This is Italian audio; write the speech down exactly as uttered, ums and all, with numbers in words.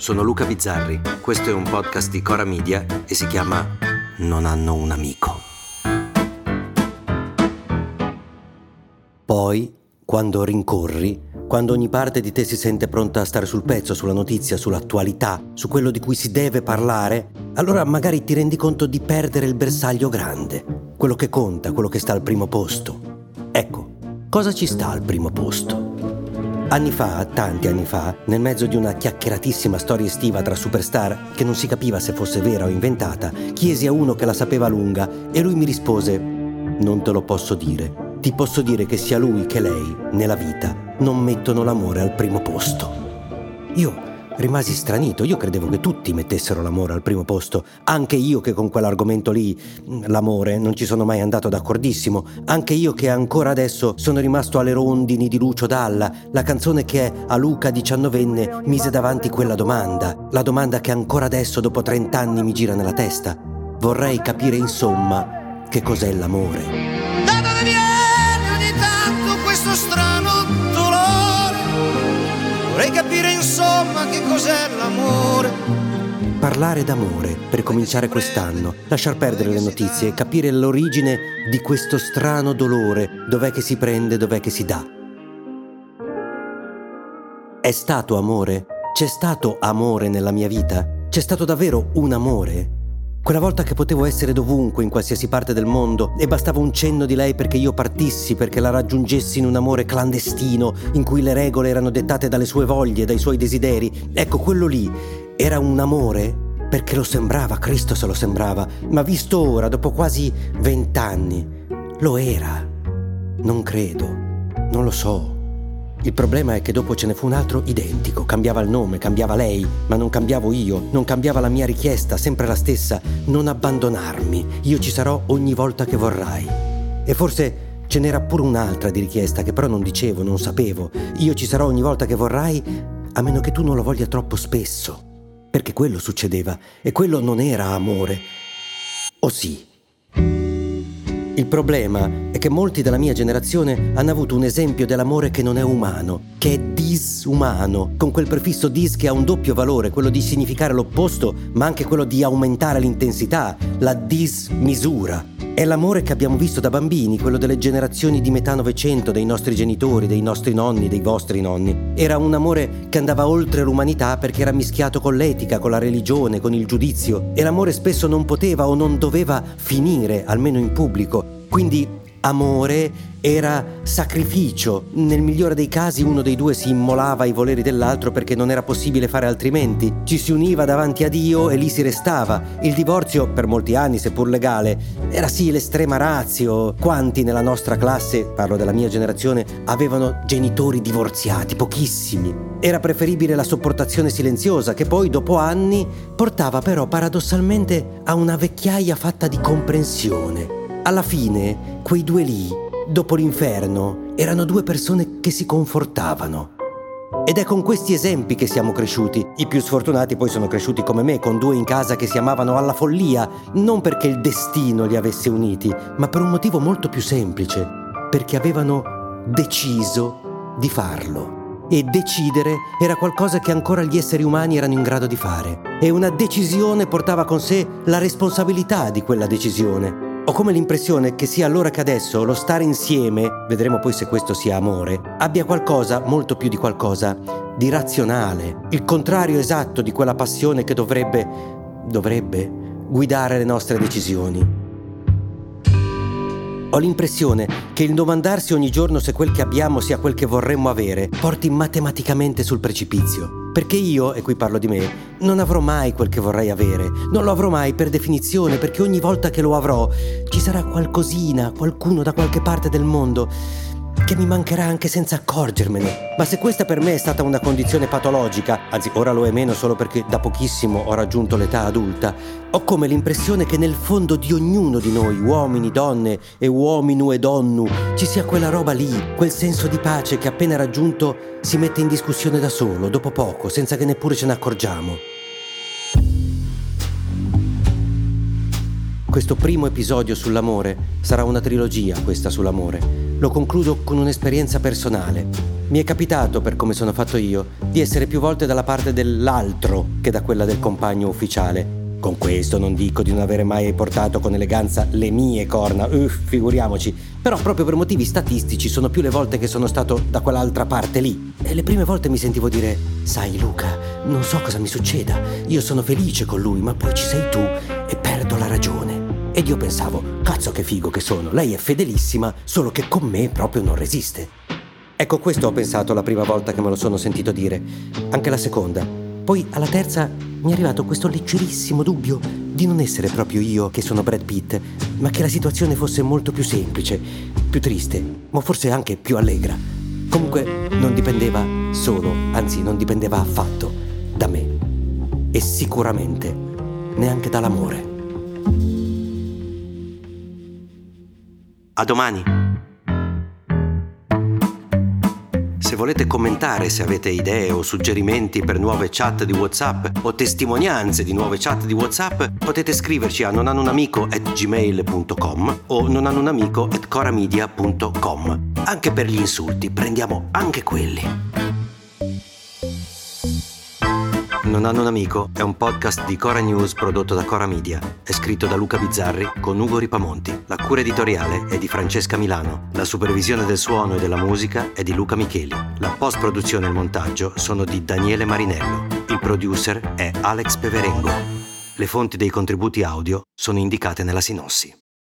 sono Luca Bizzarri, questo è un podcast di Cora Media e si chiama Non hanno un amico. Poi, quando rincorri, quando ogni parte di te si sente pronta a stare sul pezzo, sulla notizia, sull'attualità, su quello di cui si deve parlare, allora magari ti rendi conto di perdere il bersaglio grande, quello che conta, quello che sta al primo posto. Ecco, cosa ci sta al primo posto? Anni fa, tanti anni fa, nel mezzo di una chiacchieratissima storia estiva tra superstar che non si capiva se fosse vera o inventata, chiesi a uno che la sapeva lunga e lui mi rispose: non te lo posso dire. Ti posso dire che sia lui che lei, nella vita, non mettono l'amore al primo posto. Io rimasi stranito, io credevo che tutti mettessero l'amore al primo posto, anche io che con quell'argomento lì, l'amore, non ci sono mai andato d'accordissimo, anche io che ancora adesso sono rimasto alle rondini di Lucio Dalla, la canzone che a Luca diciannovenne mise davanti quella domanda, la domanda che ancora adesso dopo trent'anni mi gira nella testa. Vorrei capire insomma che cos'è l'amore. Da dove viene ogni tanto questo strano dolore? Vorrei capire insomma che cos'è l'amore. Parlare d'amore per cominciare quest'anno, lasciar perdere le notizie e capire l'origine di questo strano dolore, dov'è che si prende, dov'è che si dà. È stato amore? C'è stato amore nella mia vita? C'è stato davvero un amore? Quella volta che potevo essere dovunque, in qualsiasi parte del mondo, e bastava un cenno di lei perché io partissi, perché la raggiungessi in un amore clandestino, in cui le regole erano dettate dalle sue voglie, dai suoi desideri. Ecco, quello lì era un amore perché lo sembrava, Cristo se lo sembrava, ma visto ora, dopo quasi vent'anni, lo era. Non credo, non lo so. Il problema è che dopo ce ne fu un altro identico, cambiava il nome, cambiava lei, ma non cambiavo io, non cambiava la mia richiesta, sempre la stessa: non abbandonarmi, io ci sarò ogni volta che vorrai. E forse ce n'era pure un'altra di richiesta che però non dicevo, non sapevo: io ci sarò ogni volta che vorrai, a meno che tu non lo voglia troppo spesso, perché quello succedeva, e quello non era amore. O sì? Il problema è che molti della mia generazione hanno avuto un esempio dell'amore che non è umano, che è disumano, con quel prefisso dis che ha un doppio valore, quello di significare l'opposto, ma anche quello di aumentare l'intensità, la dismisura. È l'amore che abbiamo visto da bambini, quello delle generazioni di metà Novecento, dei nostri genitori, dei nostri nonni, dei vostri nonni. Era un amore che andava oltre l'umanità perché era mischiato con l'etica, con la religione, con il giudizio, e l'amore spesso non poteva o non doveva finire, almeno in pubblico. Quindi amore era sacrificio. Nel migliore dei casi uno dei due si immolava ai voleri dell'altro perché non era possibile fare altrimenti. Ci si univa davanti a Dio e lì si restava. Il divorzio, per molti anni, seppur legale, era sì l'estrema ratio. Quanti nella nostra classe, parlo della mia generazione, avevano genitori divorziati? Pochissimi. Era preferibile la sopportazione silenziosa, che poi dopo anni portava però paradossalmente a una vecchiaia fatta di comprensione. Alla fine, quei due lì, dopo l'inferno, erano due persone che si confortavano. Ed è con questi esempi che siamo cresciuti. I più sfortunati poi sono cresciuti come me, con due in casa che si amavano alla follia, non perché il destino li avesse uniti, ma per un motivo molto più semplice, perché avevano deciso di farlo. E decidere era qualcosa che ancora gli esseri umani erano in grado di fare. E una decisione portava con sé la responsabilità di quella decisione. Ho come l'impressione che sia allora che adesso lo stare insieme, vedremo poi se questo sia amore, abbia qualcosa, molto più di qualcosa, di razionale, il contrario esatto di quella passione che dovrebbe, dovrebbe guidare le nostre decisioni. Ho l'impressione che il domandarsi ogni giorno se quel che abbiamo sia quel che vorremmo avere porti matematicamente sul precipizio. Perché io, e qui parlo di me, non avrò mai quel che vorrei avere. Non lo avrò mai per definizione, perché ogni volta che lo avrò ci sarà qualcosina, qualcuno da qualche parte del mondo che mi mancherà anche senza accorgermene. Ma se questa per me è stata una condizione patologica, anzi ora lo è meno solo perché da pochissimo ho raggiunto l'età adulta, ho come l'impressione che nel fondo di ognuno di noi, uomini, donne e uominu e donnu, ci sia quella roba lì, quel senso di pace che appena raggiunto si mette in discussione da solo, dopo poco, senza che neppure ce ne accorgiamo. Questo primo episodio sull'amore sarà una trilogia, questa sull'amore. Lo concludo con un'esperienza personale. Mi è capitato, per come sono fatto io, di essere più volte dalla parte dell'altro che da quella del compagno ufficiale. Con questo non dico di non avere mai portato con eleganza le mie corna, uff, figuriamoci. Però proprio per motivi statistici sono più le volte che sono stato da quell'altra parte lì. E le prime volte mi sentivo dire: sai Luca, non so cosa mi succeda, io sono felice con lui, ma poi ci sei tu e perdo la ragione. Ed io pensavo: cazzo che figo che sono, lei è fedelissima, solo che con me proprio non resiste. Ecco, questo ho pensato la prima volta che me lo sono sentito dire, anche la seconda. Poi alla terza mi è arrivato questo leggerissimo dubbio di non essere proprio io che sono Brad Pitt, ma che la situazione fosse molto più semplice, più triste, ma forse anche più allegra. Comunque non dipendeva solo, anzi non dipendeva affatto da me. E sicuramente neanche dall'amore. A domani! Se volete commentare, se avete idee o suggerimenti per nuove chat di WhatsApp o testimonianze di nuove chat di WhatsApp, potete scriverci a nonhanunamico at gmail punto com o nonhanunamico at coramedia punto com. Anche per gli insulti, prendiamo anche quelli. Non hanno un amico è un podcast di Cora News prodotto da Cora Media. È scritto da Luca Bizzarri con Ugo Ripamonti. La cura editoriale è di Francesca Milano. La supervisione del suono e della musica è di Luca Micheli. La post-produzione e il montaggio sono di Daniele Marinello. Il producer è Alex Peverengo. Le fonti dei contributi audio sono indicate nella sinossi.